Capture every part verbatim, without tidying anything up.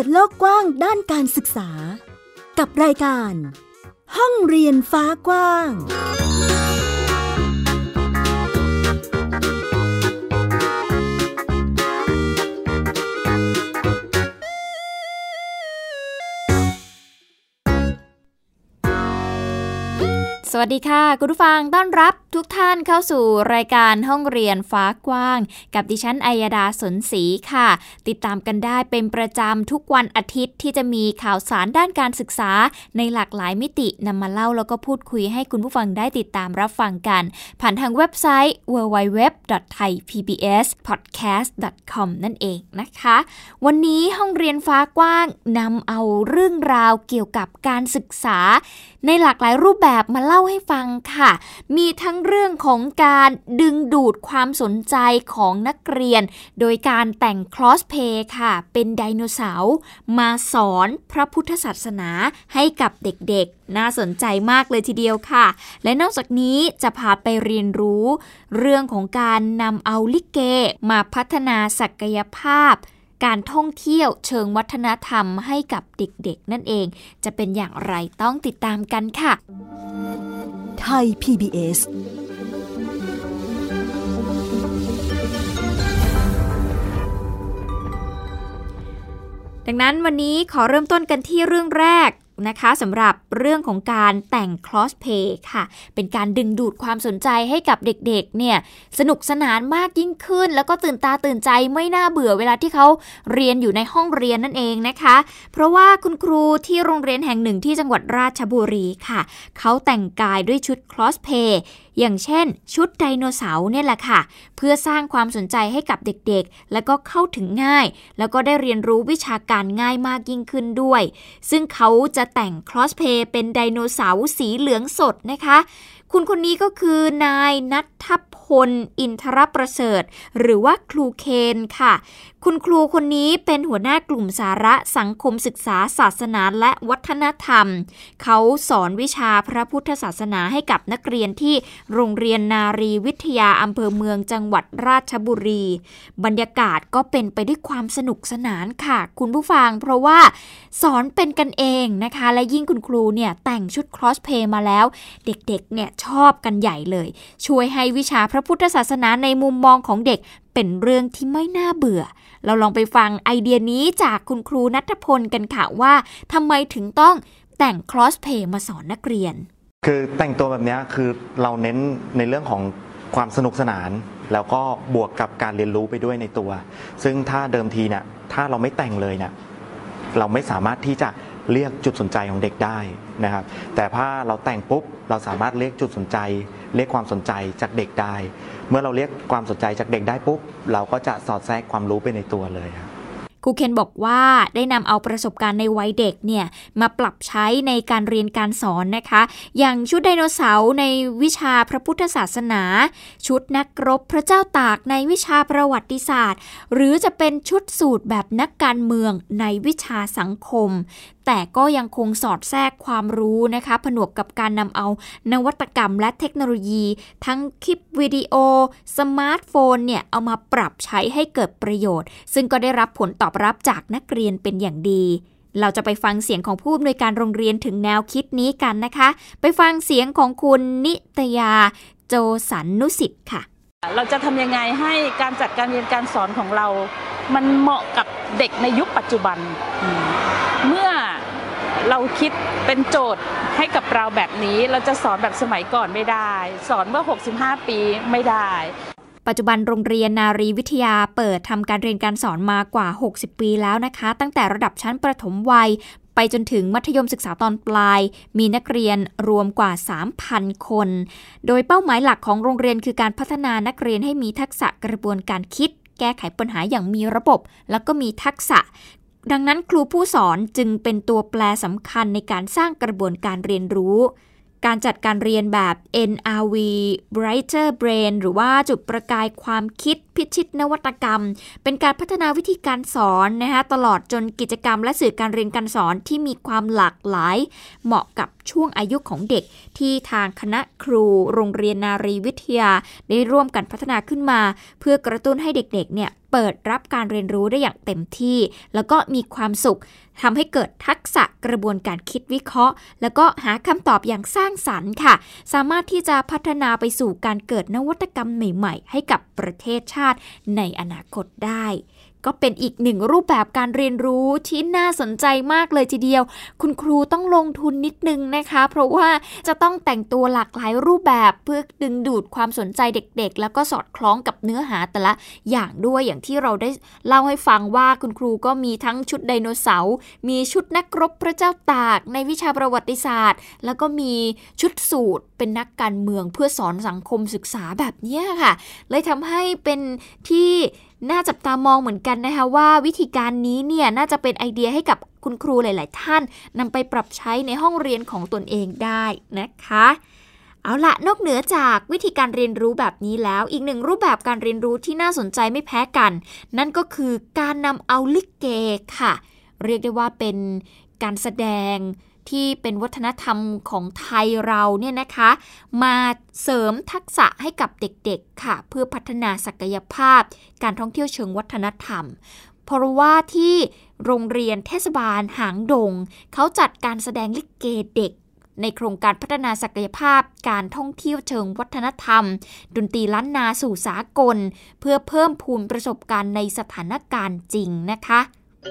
โลกกว้างด้านการศึกษากับรายการห้องเรียนฟ้ากว้างสวัสดีค่ะคุณผู้ฟังต้อนรับทุกท่านเข้าสู่รายการห้องเรียนฟ้ากว้างกับดิฉันอัยดาสนศรีค่ะติดตามกันได้เป็นประจำทุกวันอาทิตย์ที่จะมีข่าวสารด้านการศึกษาในหลากหลายมิตินำมาเล่าแล้วก็พูดคุยให้คุณผู้ฟังได้ติดตามรับฟังกันผ่านทางเว็บไซต์ ดับเบิลยู ดับเบิลยู ดับเบิลยู ดอท ไทย พี บี เอส พอดแคสต์ ดอท คอม นั่นเองนะคะวันนี้ห้องเรียนฟ้ากว้างนำเอาเรื่องราวเกี่ยวกับการศึกษาในหลากหลายรูปแบบมาเล่าให้ฟังค่ะมีทั้งเรื่องของการดึงดูดความสนใจของนักเรียนโดยการแต่งคลอสเพลย์ค่ะเป็นไดโนเสาร์มาสอนพระพุทธศาสนาให้กับเด็กๆน่าสนใจมากเลยทีเดียวค่ะและนอกจากนี้จะพาไปเรียนรู้เรื่องของการนำเอาลิเกมาพัฒนาศักยภาพการท่องเที่ยวเชิงวัฒนธรรมให้กับเด็กๆนั่นเองจะเป็นอย่างไรต้องติดตามกันค่ะไทย พี บี เอสดังนั้นวันนี้ขอเริ่มต้นกันที่เรื่องแรกนะคะสำหรับเรื่องของการแต่งคลอสเพลย์ค่ะเป็นการดึงดูดความสนใจให้กับเด็กๆเนี่ยสนุกสนานมากยิ่งขึ้นแล้วก็ตื่นตาตื่นใจไม่น่าเบื่อเวลาที่เขาเรียนอยู่ในห้องเรียนนั่นเองนะคะเพราะว่าคุณครูที่โรงเรียนแห่งหนึ่งที่จังหวัดราชบุรีค่ะเขาแต่งกายด้วยชุดคลอสเพลย์อย่างเช่นชุดไดโนเสาร์เนี่ยแหละค่ะเพื่อสร้างความสนใจให้กับเด็กๆแล้วก็เข้าถึงง่ายแล้วก็ได้เรียนรู้วิชาการง่ายมากยิ่งขึ้นด้วยซึ่งเขาจะแต่งคลอสเพลย์เป็นไดโนเสาร์สีเหลืองสดนะคะคุณคนนี้ก็คือนายณัฐพลอินทรประเสริฐหรือว่าครูเคนค่ะคุณครูคนนี้เป็นหัวหน้ากลุ่มสาระสังคมศึกษาศาสนาและวัฒนธรรมเขาสอนวิชาพระพุทธศาสนาให้กับนักเรียนที่โรงเรียนนารีวิทยาอำเภอเมืองจังหวัดราชบุรีบรรยากาศก็เป็นไปด้วยความสนุกสนานค่ะคุณผู้ฟังเพราะว่าสอนเป็นกันเองนะคะและยิ่งคุณครูเนี่ยแต่งชุดคลอสเพลย์มาแล้วเด็กๆเนี่ยชอบกันใหญ่เลยช่วยให้วิชาพระพุทธศาสนาในมุมมองของเด็กเป็นเรื่องที่ไม่น่าเบื่อเราลองไปฟังไอเดียนี้จากคุณครูณัฐพลกันค่ะว่าทำไมถึงต้องแต่งคลอสเพลย์มาสอนนักเรียนคือแต่งตัวแบบนี้คือเราเน้นในเรื่องของความสนุกสนานแล้วก็บวกกับการเรียนรู้ไปด้วยในตัวซึ่งถ้าเดิมทีเนี่ยถ้าเราไม่แต่งเลยเนี่ยเราไม่สามารถที่จะเรียกจุดสนใจของเด็กได้นะครับแต่ถ้าเราแต่งปุ๊บเราสามารถเรียกจุดสนใจเรียกความสนใจจากเด็กได้เมื่อเราเรียกความสนใจจากเด็กได้ปุ๊บเราก็จะสอดแทรกความรู้ไปในตัวเลยครับครูเคนบอกว่าได้นำเอาประสบการณ์ในวัยเด็กเนี่ยมาปรับใช้ในการเรียนการสอนนะคะอย่างชุดไดโนเสาร์ในวิชาพระพุทธศาสนาชุดนักรบพระเจ้าตากในวิชาประวัติศาสตร์หรือจะเป็นชุดสูตรแบบนักการเมืองในวิชาสังคมแต่ก็ยังคงสอดแทรกความรู้นะคะผนวกกับการนำเอานวัตกรรมและเทคโนโลยีทั้งคลิปวิดีโอสมาร์ทโฟนเนี่ยเอามาปรับใช้ให้เกิดประโยชน์ซึ่งก็ได้รับผลตอบรับจากนักเรียนเป็นอย่างดีเราจะไปฟังเสียงของผู้อำนวยการโรงเรียนถึงแนวคิดนี้กันนะคะไปฟังเสียงของคุณนิตยาโจสันนุสิทธิ์ค่ะเราจะทำยังไงให้การจัดการเรียนการสอนของเรามันเหมาะกับเด็กในยุคปัจจุบันเมื่อเราคิดเป็นโจทย์ให้กับเราแบบนี้เราจะสอนแบบสมัยก่อนไม่ได้สอนเมื่อหกสิบห้าปีไม่ได้ปัจจุบันโรงเรียนนารีวิทยาเปิดทำการเรียนการสอนมากว่าหกสิบปีแล้วนะคะตั้งแต่ระดับชั้นประถมวัยไปจนถึงมัธยมศึกษาตอนปลายมีนักเรียนรวมกว่า สามพัน คนโดยเป้าหมายหลักของโรงเรียนคือการพัฒนานักเรียนให้มีทักษะกระบวนการคิดแก้ไขปัญหาอย่างมีระบบแล้วก็มีทักษะดังนั้นครูผู้สอนจึงเป็นตัวแปรสำคัญในการสร้างกระบวนการเรียนรู้ การจัดการเรียนแบบ เอ็น อาร์ วี Brighter Brain หรือว่าจุดประกายความคิดพิชิตนวัตกรรมเป็นการพัฒนาวิธีการสอนนะคะตลอดจนกิจกรรมและสื่อการเรียนการสอนที่มีความหลากหลายเหมาะกับช่วงอายุของเด็กที่ทางคณะครูโรงเรียนนารีวิทยาได้ร่วมกันพัฒนาขึ้นมาเพื่อกระตุ้นให้เด็กๆเนี่ยเปิดรับการเรียนรู้ได้อย่างเต็มที่แล้วก็มีความสุขทำให้เกิดทักษะกระบวนการคิดวิเคราะห์แล้วก็หาคำตอบอย่างสร้างสรรค์ค่ะสามารถที่จะพัฒนาไปสู่การเกิดนวัตกรรมใหม่ๆให้กับประเทศชาติในอนาคตได้ก็เป็นอีกหนึ่งรูปแบบการเรียนรู้ที่น่าสนใจมากเลยทีเดียวคุณครูต้องลงทุนนิดนึงนะคะเพราะว่าจะต้องแต่งตัวหลากหลายรูปแบบเพื่อดึงดูดความสนใจเด็กๆแล้วก็สอดคล้องกับเนื้อหาแต่ละอย่างด้วยอย่างที่เราได้เล่าให้ฟังว่าคุณครูก็มีทั้งชุดไดโนเสาร์มีชุดนักรบพระเจ้าตากในวิชาประวัติศาสตร์แล้วก็มีชุดสูทเป็นนักการเมืองเพื่อสอนสังคมศึกษาแบบนี้ค่ะเลยทำให้เป็นที่น่าจับตามองเหมือนกันนะคะว่าวิธีการนี้เนี่ยน่าจะเป็นไอเดียให้กับคุณครูหลายๆท่านนำไปปรับใช้ในห้องเรียนของตนเองได้นะคะเอาละนอกเหนือจากวิธีการเรียนรู้แบบนี้แล้วอีกหนึ่งรูปแบบการเรียนรู้ที่น่าสนใจไม่แพ้กันนั่นก็คือการนำเอาลิเกค่ะเรียกได้ว่าเป็นการแสดงที่เป็นวัฒนธรรมของไทยเราเนี่ยนะคะมาเสริมทักษะให้กับเด็กๆค่ะเพื่อพัฒนาศักยภาพการท่องเที่ยวเชิงวัฒนธรรมเพราะว่าที่โรงเรียนเทศบาลหางดงเขาจัดการแสดงลิเกเด็กในโครงการพัฒนาศักยภาพการท่องเที่ยวเชิงวัฒนธรรมดนตรีล้านนาสู่สากลเพื่อเพิ่มพูนประสบการณ์ในสถานการณ์จริงนะคะ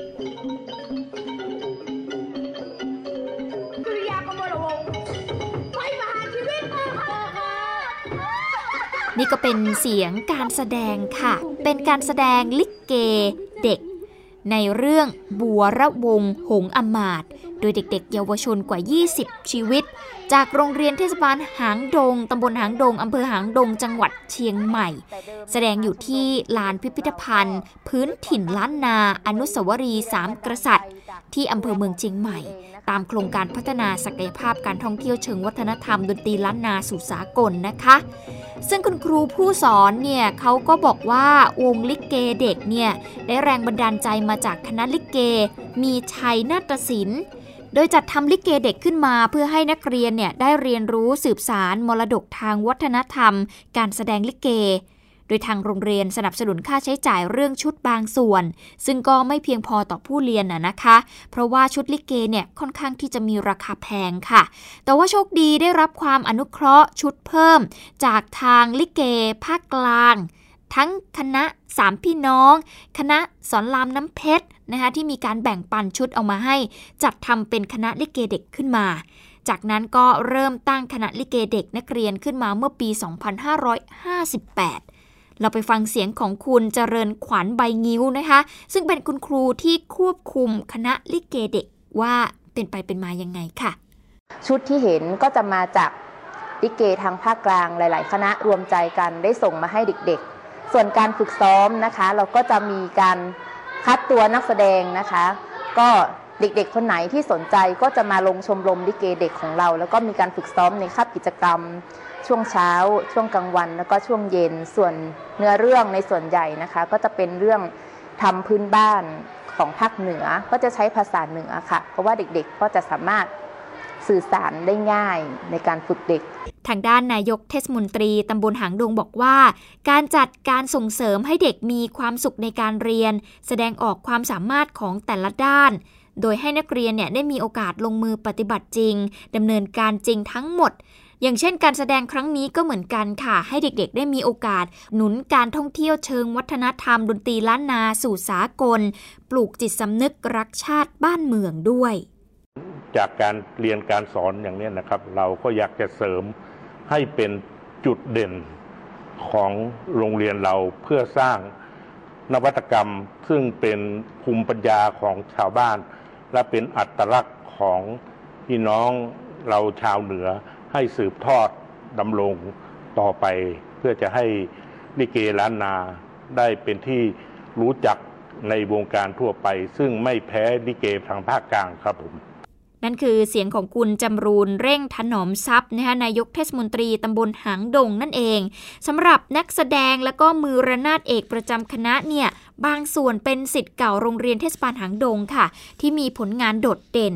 นี่ก็เป็นเสียงการแสดงค่ะเป็นการแสดงลิเกเด็กในเรื่องบัวระวงหงส์อมาตย์โดยเด็กๆเยาวชนกว่ายี่สิบชีวิตจากโรงเรียนเทศบาลหางดงตำบลหางดงอำเภอหางดงจังหวัดเชียงใหม่แสดงอยู่ที่ลานพิพิธภัณฑ์พื้นถิ่นล้านนาอนุสาวรีย์สามกษัตริย์ที่อำเภอเมืองเชียงใหม่ตามโครงการพัฒนาศักยภาพการท่องเที่ยวเชิงวัฒนธรรมดนตรีล้านนาสู่สากลนะคะซึ่งคุณครูผู้สอนเนี่ยเขาก็บอกว่าวงลิเกเด็กเนี่ยได้แรงบันดาลใจมาจากคณะลิเกมีชัยนาฏศิลป์โดยจัดทำลิเกเด็กขึ้นมาเพื่อให้นักเรียนเนี่ยได้เรียนรู้สืบสานมรดกทางวัฒนธรรมการแสดงลิเกโดยทางโรงเรียนสนับสนุนค่าใช้จ่ายเรื่องชุดบางส่วนซึ่งก็ไม่เพียงพอต่อผู้เรียนน่ะนะคะเพราะว่าชุดลิเกเนี่ยค่อนข้างที่จะมีราคาแพงค่ะแต่ว่าโชคดีได้รับความอนุเคราะห์ชุดเพิ่มจากทางลิเกภาคกลางทั้งคณะสามพี่น้องคณะสอนรามน้ำเพชรนะคะที่มีการแบ่งปันชุดเอามาให้จัดทำเป็นคณะลิเกเด็กขึ้นมาจากนั้นก็เริ่มตั้งคณะลิเกเด็กนักเรียนขึ้นมาเมื่อปีสองพันห้าร้อยห้าสิบแปดเราไปฟังเสียงของคุณเจริญขวัญใบงิ้วนะคะซึ่งเป็นคุณครูที่ควบคุมคณะลิเกเด็กว่าเป็นไปเป็นมายังไงค่ะชุดที่เห็นก็จะมาจากลิเกทางภาคกลางหลายๆคณะรวมใจกันได้ส่งมาให้เด็กๆส่วนการฝึกซ้อมนะคะเราก็จะมีการคัดตัวนักแสดงนะคะก็เด็กๆคนไหนที่สนใจก็จะมาลงชมรมลิเกเด็กของเราแล้วก็มีการฝึกซ้อมในคาบกิจกรรมช่วงเช้าช่วงกลางวันแล้วก็ช่วงเย็นส่วนเนื้อเรื่องในส่วนใหญ่นะคะก็จะเป็นเรื่องทำพื้นบ้านของภาคเหนือก็จะใช้ภาษาเหนือค่ะเพราะว่าเด็กๆก็จะสามารถสื่อสารได้ง่ายในการฝึกเด็กทางด้านนายกเทศมนตรีตำบลหางดงบอกว่าการจัดการส่งเสริมให้เด็กมีความสุขในการเรียนแสดงออกความสามารถของแต่ละด้านโดยให้นักเรียนเนี่ยได้มีโอกาสลงมือปฏิบัติจริงดำเนินการจริงทั้งหมดอย่างเช่นการแสดงครั้งนี้ก็เหมือนกันค่ะให้เด็กๆได้มีโอกาสหนุนการท่องเที่ยวเชิงวัฒนธรรมดนตรีล้านนาสู่สากลปลูกจิตสำนึกรักชาติบ้านเมืองด้วยจากการเรียนการสอนอย่างนี้นะครับเราก็อยากจะเสริมให้เป็นจุดเด่นของโรงเรียนเราเพื่อสร้างนวัตกรรมซึ่งเป็นภูมิปัญญาของชาวบ้านและเป็นอัตลักษณ์ของพี่น้องเราชาวเหนือให้สืบทอดดำรงต่อไปเพื่อจะให้ลิเกล้านนาได้เป็นที่รู้จักในวงการทั่วไปซึ่งไม่แพ้ลิเกทางภาคกลางครับผมนั่นคือเสียงของคุณจำรูนเร่งถนอมทรัพย์นะคะนายกเทศมนตรีตำบลหางดงนั่นเองสำหรับนักแสดงและก็มือระนาดเอกประจำคณะเนี่ยบางส่วนเป็นศิษย์เก่าโรงเรียนเทศบาลหางดงค่ะที่มีผลงานโดดเด่น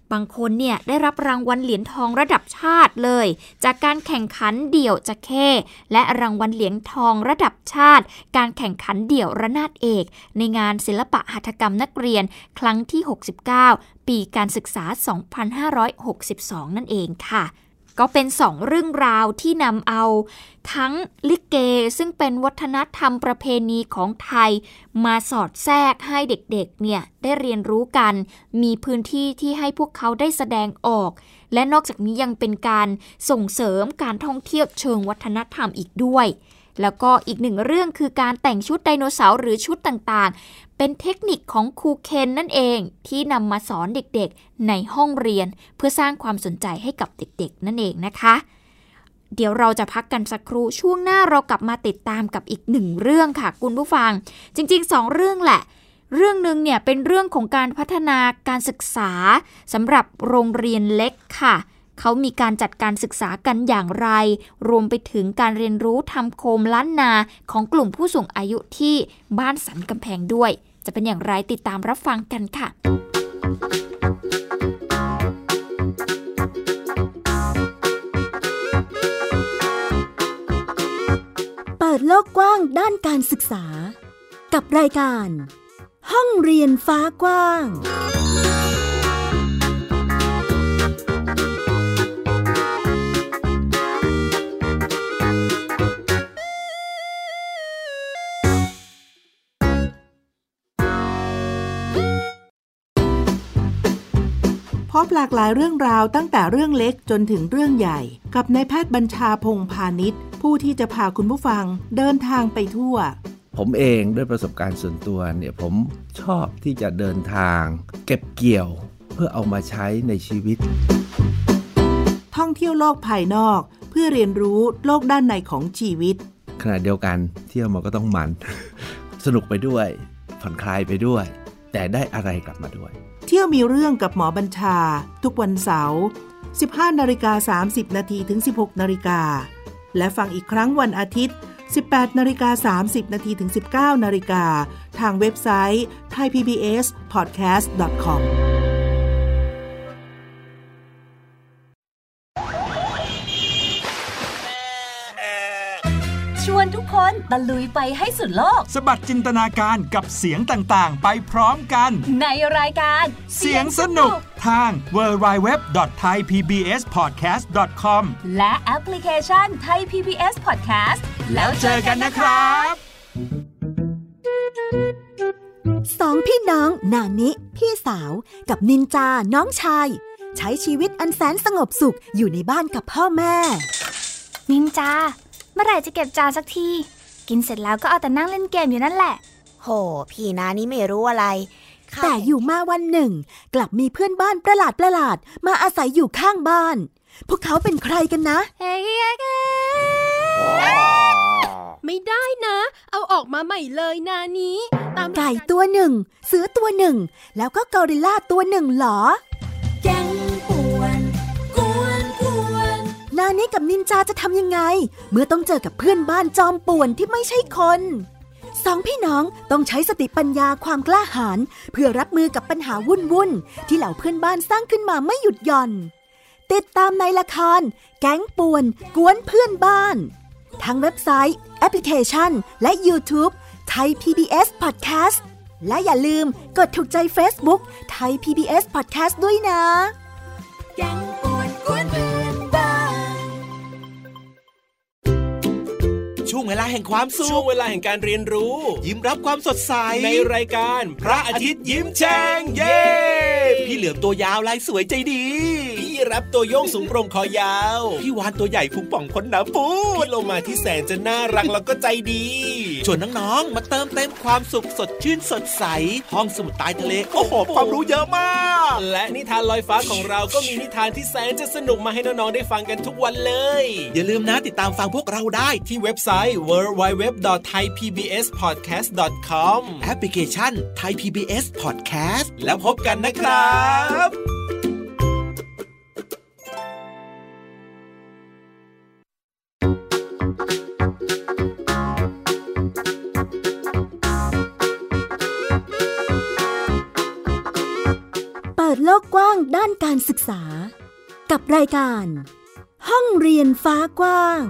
บางคนเนี่ยได้รับรางวัลเหรียญทองระดับชาติเลยจากการแข่งขันเดี่ยวจักเข้และรางวัลเหรียญทองระดับชาติการแข่งขันเดี่ยวระนาดเอกในงานศิลปะหัตถกรรมนักเรียนครั้งที่หกสิบเก้าปีการศึกษาสองพันห้าร้อยหกสิบสองนั่นเองค่ะก็เป็นสองเรื่องราวที่นำเอาทั้งลิเกซึ่งเป็นวัฒนธรรมประเพณีของไทยมาสอดแทรกให้เด็กๆเนี่ยได้เรียนรู้กันมีพื้นที่ที่ให้พวกเขาได้แสดงออกและนอกจากนี้ยังเป็นการส่งเสริมการท่องเที่ยวเชิงวัฒนธรรมอีกด้วยแล้วก็อีกหนึ่งเรื่องคือการแต่งชุดไดโนเสาร์หรือชุดต่างๆเป็นเทคนิคของครูเคนนั่นเองที่นำมาสอนเด็กๆในห้องเรียนเพื่อสร้างความสนใจให้กับเด็กๆนั่นเองนะคะเดี๋ยวเราจะพักกันสักครู่ช่วงหน้าเรากลับมาติดตามกับอีกหนึ่งเรื่องค่ะคุณผู้ฟังจริงๆสองเรื่องแหละเรื่องนึงเนี่ยเป็นเรื่องของการพัฒนาการศึกษาสำหรับโรงเรียนเล็กค่ะเขามีการจัดการศึกษากันอย่างไรรวมไปถึงการเรียนรู้ทำโคมล้านนาของกลุ่มผู้สูงอายุที่บ้านสันกำแพงด้วยจะเป็นอย่างไรติดตามรับฟังกันค่ะเปิดโลกกว้างด้านการศึกษากับรายการห้องเรียนฟ้ากว้างพบหลากหลายเรื่องราวตั้งแต่เรื่องเล็กจนถึงเรื่องใหญ่กับนายแพทย์บัญชาพงษ์พาณิชย์ผู้ที่จะพาคุณผู้ฟังเดินทางไปทั่วผมเองด้วยประสบการณ์ส่วนตัวเนี่ยผมชอบที่จะเดินทางเก็บเกี่ยวเพื่อเอามาใช้ในชีวิตท่องเที่ยวโลกภายนอกเพื่อเรียนรู้โลกด้านในของชีวิตขณะเดียวกันเที่ยวมันก็ต้องมัน สนุกไปด้วยผ่อนคลายไปด้วยแต่ได้อะไรกลับมาด้วยเที่ยวมีเรื่องกับหมอบัญชาทุกวันเสาร์ สิบห้านาฬิกาสามสิบนาทีถึง สิบหกนาฬิกาและฟังอีกครั้งวันอาทิตย์ สิบแปดนาฬิกาสามสิบนาทีถึง สิบเก้านาฬิกาทางเว็บไซต์ ไทย พี บี เอส พอดแคสต์ ดอท คอมชวนทุกคนตะลุยไปให้สุดโลกสบัดจินตนาการกับเสียงต่างๆไปพร้อมกันในรายการเสียงสนุกทาง ดับเบิลยู ดับเบิลยู ดับเบิลยู ดอท ไทย พี บี เอส พอดแคสต์ ดอท คอมและแอปพลิเคชัน Thai พี บี เอส Podcast แล้วเจอกันนะครับสองพี่น้องนานิพี่สาวกับนินจาน้องชายใช้ชีวิตอันแสนสงบสุขอยู่ในบ้านกับพ่อแม่นินจาเมื่อไหร่จะเก็บจานสักทีกินเสร็จแล้วก็เอาแต่นั่งเล่นเกมอยู่นั่นแหละโหพี่นานี่ไม่รู้อะไรแต่อยู่มาวันหนึ่งกลับมีเพื่อนบ้านประหลาดประหลาดมาอาศัยอยู่ข้างบ้านพวกเขาเป็นใครกันนะไม่ได้นะเอาออกมาใหม่เลยนานี้ไก่ตัวหนึ่งเสือตัวหนึ่งแล้วก็กอริลลาตัวหนึ่งหรอแก๊งป่วนกวนกวนนานี้กับนินจาจะทำยังไงเมื่อต้องเจอกับเพื่อนบ้านจอมป่วนที่ไม่ใช่คนสองพี่น้องต้องใช้สติปัญญาความกล้าหาญเพื่อรับมือกับปัญหาวุ่นๆที่เหล่าเพื่อนบ้านสร้างขึ้นมาไม่หยุดหย่อนติดตามในละครแก๊งป่วนกวนเพื่อนบ้านทั้งเว็บไซต์แอปพลิเคชันและ YouTube Thai พี บี เอส Podcast และอย่าลืมกดถูกใจ Facebook Thai พี บี เอส Podcast ด้วยนะแก๊งป่วนกวนเพื่อนบ้านช่วงเวลาแห่งความสุขช่วงเวลาแห่งการเรียนรู้ยิ้มรับความสดใสในรายการพระอาทิตย์ยิ้มแฉ่งเย้พี่เหลือมตัวยาวลายสวยใจดีพี่รับตัวโยงสูงโปร่งคอยาวพี่วานตัวใหญ่พุงป่องพ้นน้ำปูพี่โลมาที่แสนจะน่ารักแล้วก็ใจดีชวนน้องๆมาเติมเต็มความสุขสดชื่นสดใสห้องสมุดใต้ทะเลโอ้โหความรู้เยอะมากและนิทานลอยฟ้าของเราก็มีนิทานที่แสนจะสนุกมาให้น้องๆได้ฟังกันทุกวันเลยอย่าลืมนะติดตามฟังพวกเราได้ที่เว็บไซต์ ดับเบิลยู ดับเบิลยู ดับเบิลยู ดอท ไทย พี บี เอส พอดแคสต์ ดอท คอม แอปพลิเคชัน Thai พี บี เอส Podcast แล้วพบกันนะครับเปิดโโลกกว้างด้านการศึกษากับรายการห้องเรียนฟ้ากว้าง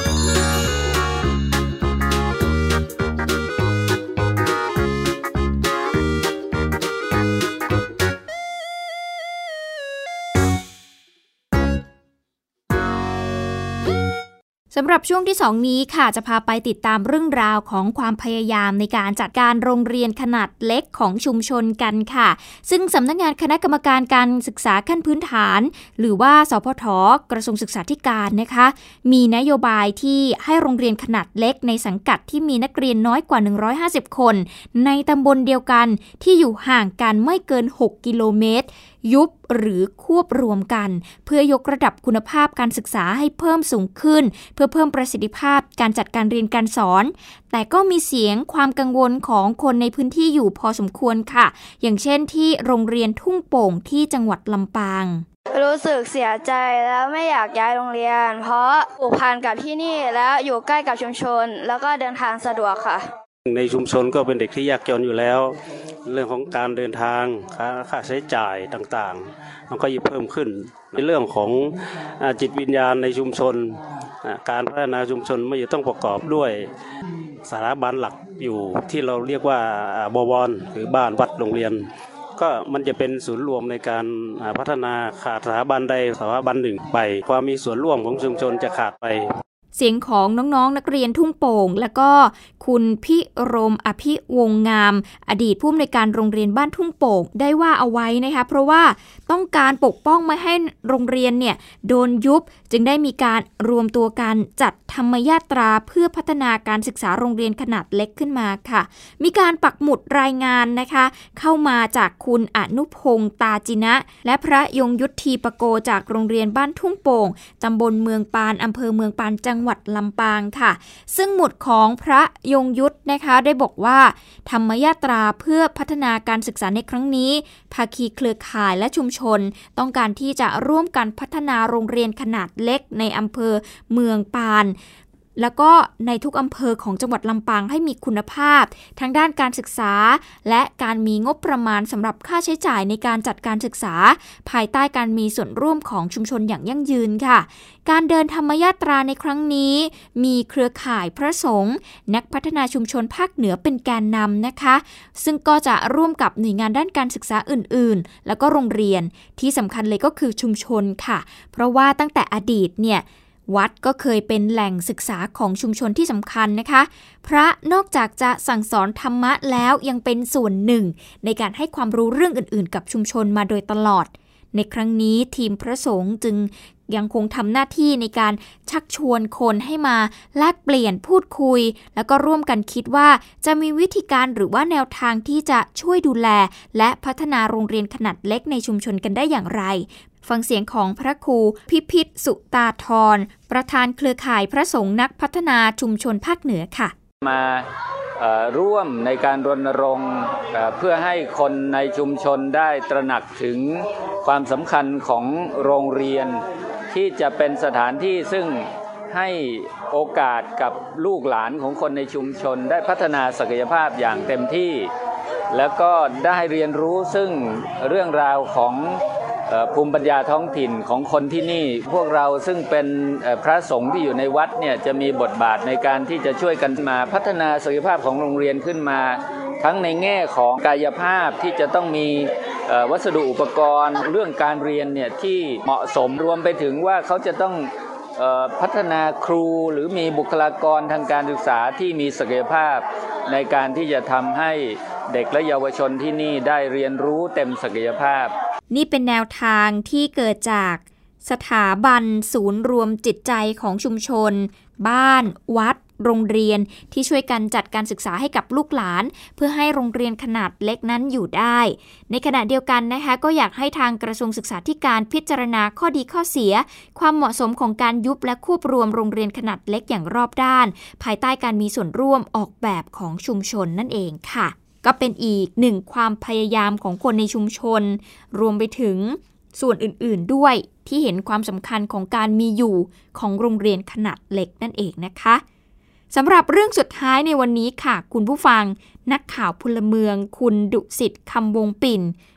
สำหรับช่วงที่สองนี้ค่ะจะพาไปติดตามเรื่องราวของความพยายามในการจัดการโรงเรียนขนาดเล็กของชุมชนกันค่ะซึ่งสำนักงานคณะกรรมการการศึกษาขั้นพื้นฐานหรือว่าสพทกระทรวงศึกษาธิการนะคะมีนโยบายที่ให้โรงเรียนขนาดเล็กในสังกัดที่มีนักเรียนน้อยกว่าหนึ่งร้อยห้าสิบคนในตำบลเดียวกันที่อยู่ห่างกันไม่เกินหกกิโลเมตรยุบหรือควบรวมกันเพื่อยกระดับคุณภาพการศึกษาให้เพิ่มสูงขึ้นเพื่อเพิ่มประสิทธิภาพการจัดการเรียนการสอนแต่ก็มีเสียงความกังวลของคนในพื้นที่อยู่พอสมควรค่ะอย่างเช่นที่โรงเรียนทุ่งโป่งที่จังหวัดลำปางรู้สึกเสียใจแล้วไม่อยากย้ายโรงเรียนเพราะผูกพันกับที่นี่แล้วอยู่ใกล้กับชุมชนแล้วก็เดินทางสะดวกค่ะในชุมชนก็เป็นเด็กที่ยากจนอยู่แล้วเรื่องของการเดินทางค่าค่าใช้จ่ายต่างๆมันก็ยิ่งเพิ่มขึ้นในเรื่องของจิตวิญญาณในชุมชนการพัฒนาชุมชนไม่ต้องประกอบด้วยสถาบันหลักอยู่ที่เราเรียกว่าบวรหรือบ้านวัดโรงเรียนก็มันจะเป็นศูนย์รวมในการพัฒนาขาดสถาบันใดสถาบันหนึ่งไปความมีส่วนร่วมของชุมชนจะขาดไปเสียงของน้องๆ นักเรียนทุ่งโป่งและก็คุณพิรมอภิวงงามอดีตผู้อำนวยการโรงเรียนบ้านทุ่งโป่งได้ว่าเอาไว้นะคะเพราะว่าต้องการปกป้องไม่ให้โรงเรียนเนี่ยโดนยุบจึงได้มีการรวมตัวกันจัดธรรมยาตราเพื่อพัฒนาการศึกษาโรงเรียนขนาดเล็กขึ้นมาค่ะมีการปักหมุดรายงานนะคะเข้ามาจากคุณอนุพงษ์ตาจินะและพระยงยุทธีปโกจากโรงเรียนบ้านทุ่งโป่งตำบลเมืองปานอำเภอเมืองปานจังหวัดลำปางค่ะซึ่งหมุดของพระยงยุทธนะคะได้บอกว่าธรรมยาตราเพื่อพัฒนาการศึกษาในครั้งนี้ภาคีเครือข่ายและชุมชนต้องการที่จะร่วมกันพัฒนาโรงเรียนขนาดเล็กในอำเภอเมืองปานแล้วก็ในทุกอำเภอของจังหวัดลำปางให้มีคุณภาพทั้งด้านการศึกษาและการมีงบประมาณสำหรับค่าใช้จ่ายในการจัดการศึกษาภายใต้การมีส่วนร่วมของชุมชนอย่างยั่งยืนค่ะการเดินธรรมยาตราในครั้งนี้มีเครือข่ายพระสงฆ์นักพัฒนาชุมชนภาคเหนือเป็นแกนนำนะคะซึ่งก็จะร่วมกับหน่วยงานด้านการศึกษาอื่นๆแล้วก็โรงเรียนที่สำคัญเลยก็คือชุมชนค่ะเพราะว่าตั้งแต่อดีตเนี่ยวัดก็เคยเป็นแหล่งศึกษาของชุมชนที่สำคัญนะคะพระนอกจากจะสั่งสอนธรรมะแล้วยังเป็นส่วนหนึ่งในการให้ความรู้เรื่องอื่นๆกับชุมชนมาโดยตลอดในครั้งนี้ทีมพระสงฆ์จึงยังคงทำหน้าที่ในการชักชวนคนให้มาแลกเปลี่ยนพูดคุยแล้วก็ร่วมกันคิดว่าจะมีวิธีการหรือว่าแนวทางที่จะช่วยดูแลและพัฒนาโรงเรียนขนาดเล็กในชุมชนกันได้อย่างไรฟังเสียงของพระครูพิพิธสุตาธรประธานเครือข่ายพระสงฆ์นักพัฒนาชุมชนภาคเหนือค่ะมาร่วมในการรณรงค์เพื่อให้คนในชุมชนได้ตระหนักถึงความสำคัญของโรงเรียนที่จะเป็นสถานที่ซึ่งให้โอกาสกับลูกหลานของคนในชุมชนได้พัฒนาศักยภาพอย่างเต็มที่แล้วก็ได้เรียนรู้ซึ่งเรื่องราวของภูมิปัญญาท้องถิ่นของคนที่นี่พวกเราซึ่งเป็นพระสงฆ์ที่อยู่ในวัดเนี่ยจะมีบทบาทในการที่จะช่วยกันมาพัฒนาศักยภาพของโรงเรียนขึ้นมาทั้งในแง่ของกายภาพที่จะต้องมีวัสดุอุปกรณ์เรื่องการเรียนเนี่ยที่เหมาะสมรวมไปถึงว่าเขาจะต้องพัฒนาครูหรือมีบุคลากรทางการศึกษาที่มีศักยภาพในการที่จะทำให้เด็กและเยาวชนที่นี่ได้เรียนรู้เต็มศักยภาพนี่เป็นแนวทางที่เกิดจากสถาบันศูนย์รวมจิตใจของชุมชนบ้านวัดโรงเรียนที่ช่วยกันจัดการศึกษาให้กับลูกหลานเพื่อให้โรงเรียนขนาดเล็กนั้นอยู่ได้ในขณะเดียวกันนะคะก็อยากให้ทางกระทรวงศึกษาธิการพิจารณาข้อดีข้อเสียความเหมาะสมของการยุบและควบรวมโรงเรียนขนาดเล็กอย่างรอบด้านภายใต้การมีส่วนร่วมออกแบบของชุมชนนั่นเองค่ะก็เป็นอีกหนึ่งความพยายามของคนในชุมชนรวมไปถึงส่วนอื่นๆด้วยที่เห็นความสำคัญของการมีอยู่ของโรงเรียนขนาดเล็กนั่นเองนะคะสำหรับเรื่องสุดท้ายในวันนี้ค่ะคุณผู้ฟังนักข่าวพลเมืองคุณดุสิตคำวงปิ่น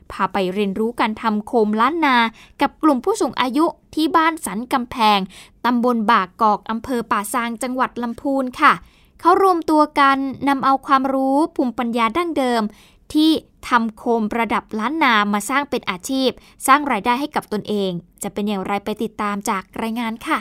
พาไปเรียนรู้การทำโคมล้านนากับกลุ่มผู้สูงอายุที่บ้านสันกำแพงตำบลบากกอกอำเภอป่าซางจังหวัดลำพูนค่ะเขารวมตัวกันนำเอาความรู้ภูมิปัญญาดั้งเดิมที่ทำโคมประดับล้านนามาสร้างเป็นอาชีพสร้างรายได้ให้กับตนเองจะเป็นอย่างไรไปติดตามจากรายงานค่ะ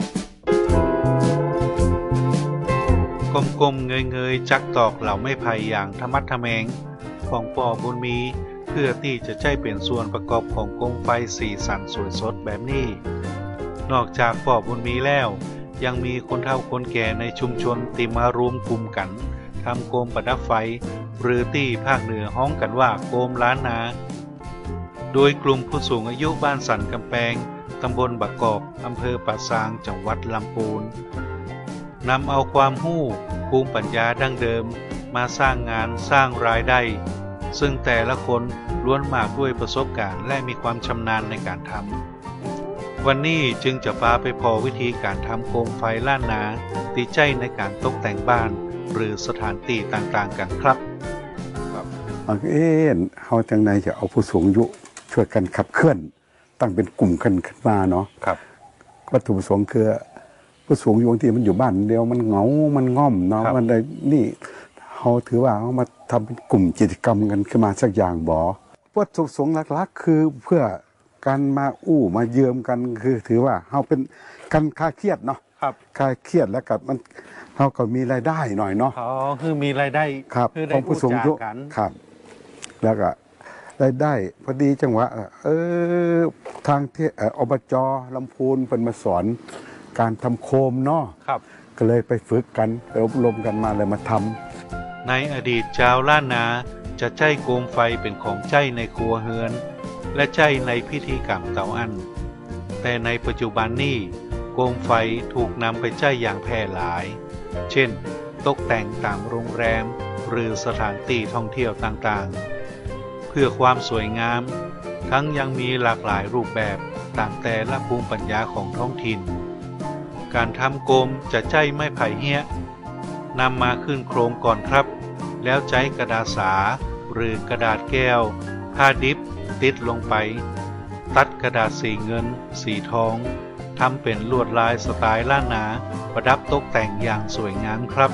กลมๆเงยๆจักตอกเหล่าไม้ไผ่อย่างธรรมัดทะแมงของป่อบุญมีเพื่อที่จะใช้เป็นส่วนประกอบของโคมไฟสีสันสวยสดแบบนี้นอกจากป่อบุญมีแล้วยังมีคนเฒ่าคนแก่ในชุมชนที่มารวมกลุ่มกันทำโคมประดับไฟหรือที่ภาคเหนือฮ้องกันว่าโคมล้านนาโดยกลุ่มผู้สูงอายุบ้านสันกำแพงตำบลบากกอกอำเภอป่าซางจังหวัดลำพูนนำเอาความรู้ภูมิปัญญาดั้งเดิมมาสร้างงานสร้างรายได้ซึ่งแต่ละคนล้วนมากด้วยประสบการณ์และมีความชำนาญในการทำวันนี้จึงจะพาไปพอวิธีการทำโคมไฟล้านนาที่ใช้ในการตกแต่งบ้านหรือสถานที่ต่างๆกันครับเอ๊ะเฮาจังไหนจะเอาผู้สูงอายุช่วยกันขับเคลื่อนตั้งเป็นกลุ่มกันขึ้นมาเนาะครับวัตถุประสงค์คือผู้สูงอายุที่มันอยู่บ้านเดียวมันเหงามันง่อมเนาะมันได้นี่เฮาถือว่าเฮามาทำเป็นกลุ่มกิจกรรมกันขึ้นมาสักอย่างบ่วัตถุประสงค์หลักๆคือเพื่อการมาอู้มาเยืมกันคือถือว่าเฮาเป็นการคลายเครียดเนาะครับคลายเครียดแล้วก็มันเฮาก็มีรายได้หน่อยเนาะอ๋อคือมีรายได้คือของผู้สูงอายุครับแล้วก็รายได้พอดีจังหวะเออทางที่อบจ.ลำพูนเพิ่นมาสอนการทำโคมเนาะครับก็เลยไปฝึกกันไปอบรมกันมาเลยมาทำในอดีตชาวล้านนาจะใช้โคมไฟเป็นของใช้ในครัวเรือนและใช้ในพิธีกรรมเตาอั้นแต่ในปัจจุบันนี้โคมไฟถูกนำไปใช้อย่างแพร่หลายเช่นตกแต่งตามโรงแรมหรือสถานที่ท่องเที่ยวต่างๆเพื่อความสวยงามทั้งยังมีหลากหลายรูปแบบตามแต่ละภูมิปัญญาของท้องถิ่นการทำโคมจะใช้ไม้ไผ่เหี้ยนำมาขึ้นโครงก่อนครับแล้วใช้กระดาษสาหรือกระดาษแก้วผ้าดิบติดลงไปตัดกระดาษสีเงินสีทองทำเป็นลวดลายสไตล์ล้านนาประดับตกแต่งอย่างสวยงามครับ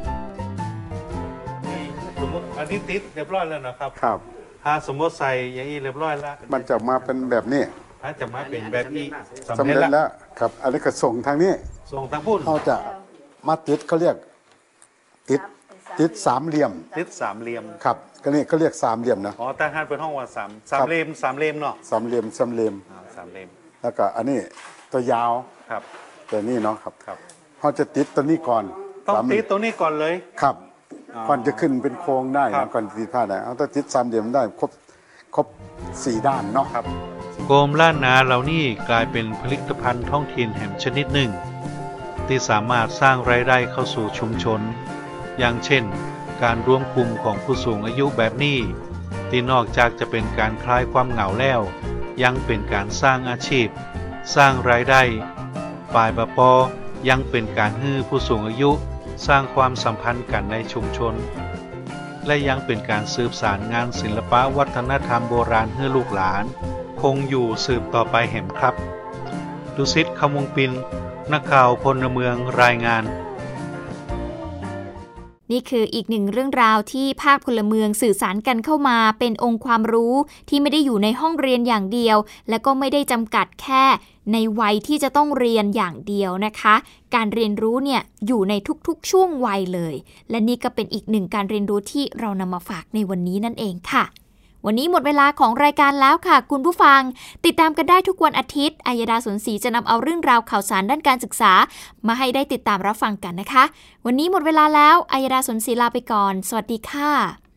สมมติอันนี้ติดเรียบร้อยแล้วนะครับครับถ้าสมมติใส่อย่างนี้เรียบร้อยแล้วมันจะมาเป็นแบบนี้ถ้าจะมาเป็นแบบนี้สำเร็จแล้วครับอันนี้ก็ส่งทางนี้ส่งทางพุ่นเขาจะมาติดเขาเรียกติดติดสามเหลี่ยมติดสามเหลี่ยมครับก็นี่เขาเรียกสามเหลี่ยมนะอ๋อแต่ห้านเป็นห้องว่าสามสามเหลี่ยมสามเหลี่ยมเนาะสามเหลี่ยมสามเหลี่ยมสามเหลี่ยมแล้วก็อันนี้ตัวยาวครับตัวนี้เนาะครับครับเขาจะติดตัวนี้ก่อนต้องติดตัวนี้ก่อนเลยครับก่อนจะขึ้นเป็นโครงได้ก่อนติดผ้าได้เอาต้องติดสามเหลี่ยมได้ครบครบสี่ด้านเนาะครับโคมล้านนาเหล่านี้กลายเป็นผลิตภัณฑ์ท้องถิ่นแห่งชนิดหนึ่งที่สามารถสร้างรายได้เข้าสู่ชุมชนอย่างเช่นการรวมกลุ่มของผู้สูงอายุแบบนี้ที่นอกจากจะเป็นการคลายความเหงาแล้วยังเป็นการสร้างอาชีพสร้างรายได้ฝ่ายปปยังเป็นการให้ผู้สูงอายุสร้างความสัมพันธ์กันในชุมชนและยังเป็นการสืบสานงานศิลปะวัฒนธรรมโบราณให้ลูกหลานคงอยู่สืบต่อไปแห่งครับดุสิตคำวงปินนักข่าวพลเมืองรายงานนี่คืออีกหนึ่งเรื่องราวที่ภาคพลเมืองสื่อสารกันเข้ามาเป็นองค์ความรู้ที่ไม่ได้อยู่ในห้องเรียนอย่างเดียวและก็ไม่ได้จำกัดแค่ในวัยที่จะต้องเรียนอย่างเดียวนะคะการเรียนรู้เนี่ยอยู่ในทุกๆช่วงวัยเลยและนี่ก็เป็นอีกหนึ่งการเรียนรู้ที่เรานำมาฝากในวันนี้นั่นเองค่ะวันนี้หมดเวลาของรายการแล้วค่ะคุณผู้ฟังติดตามกันได้ทุกวันอาทิตย์อัยดาสนศรีจะนำเอาเรื่องราวข่าวสารด้านการศึกษามาให้ได้ติดตามรับฟังกันนะคะวันนี้หมดเวลาแล้วอัยดาสนศรีลาไปก่อนสวัสดีค่ะ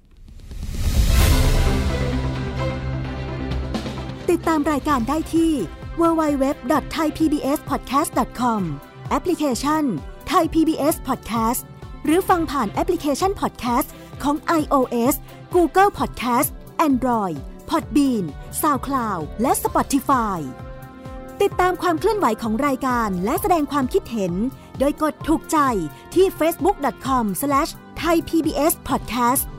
ติดตามรายการได้ที่ ดับเบิลยู ดับเบิลยู ดับเบิลยู ดอท ไทย พี บี เอส พอดแคสต์ ดอท คอม แอปพลิเคชัน Thai พี บี เอส Podcast หรือฟังผ่านแอปพลิเคชัน Podcast ของ iOS Google Podcast Android Podbean SoundCloud และ Spotify ติดตามความเคลื่อนไหวของรายการและแสดงความคิดเห็นโดยกดถูกใจที่ เฟซบุ๊ก ดอท คอม สแลช ไทย พี บี เอส พอดแคสต์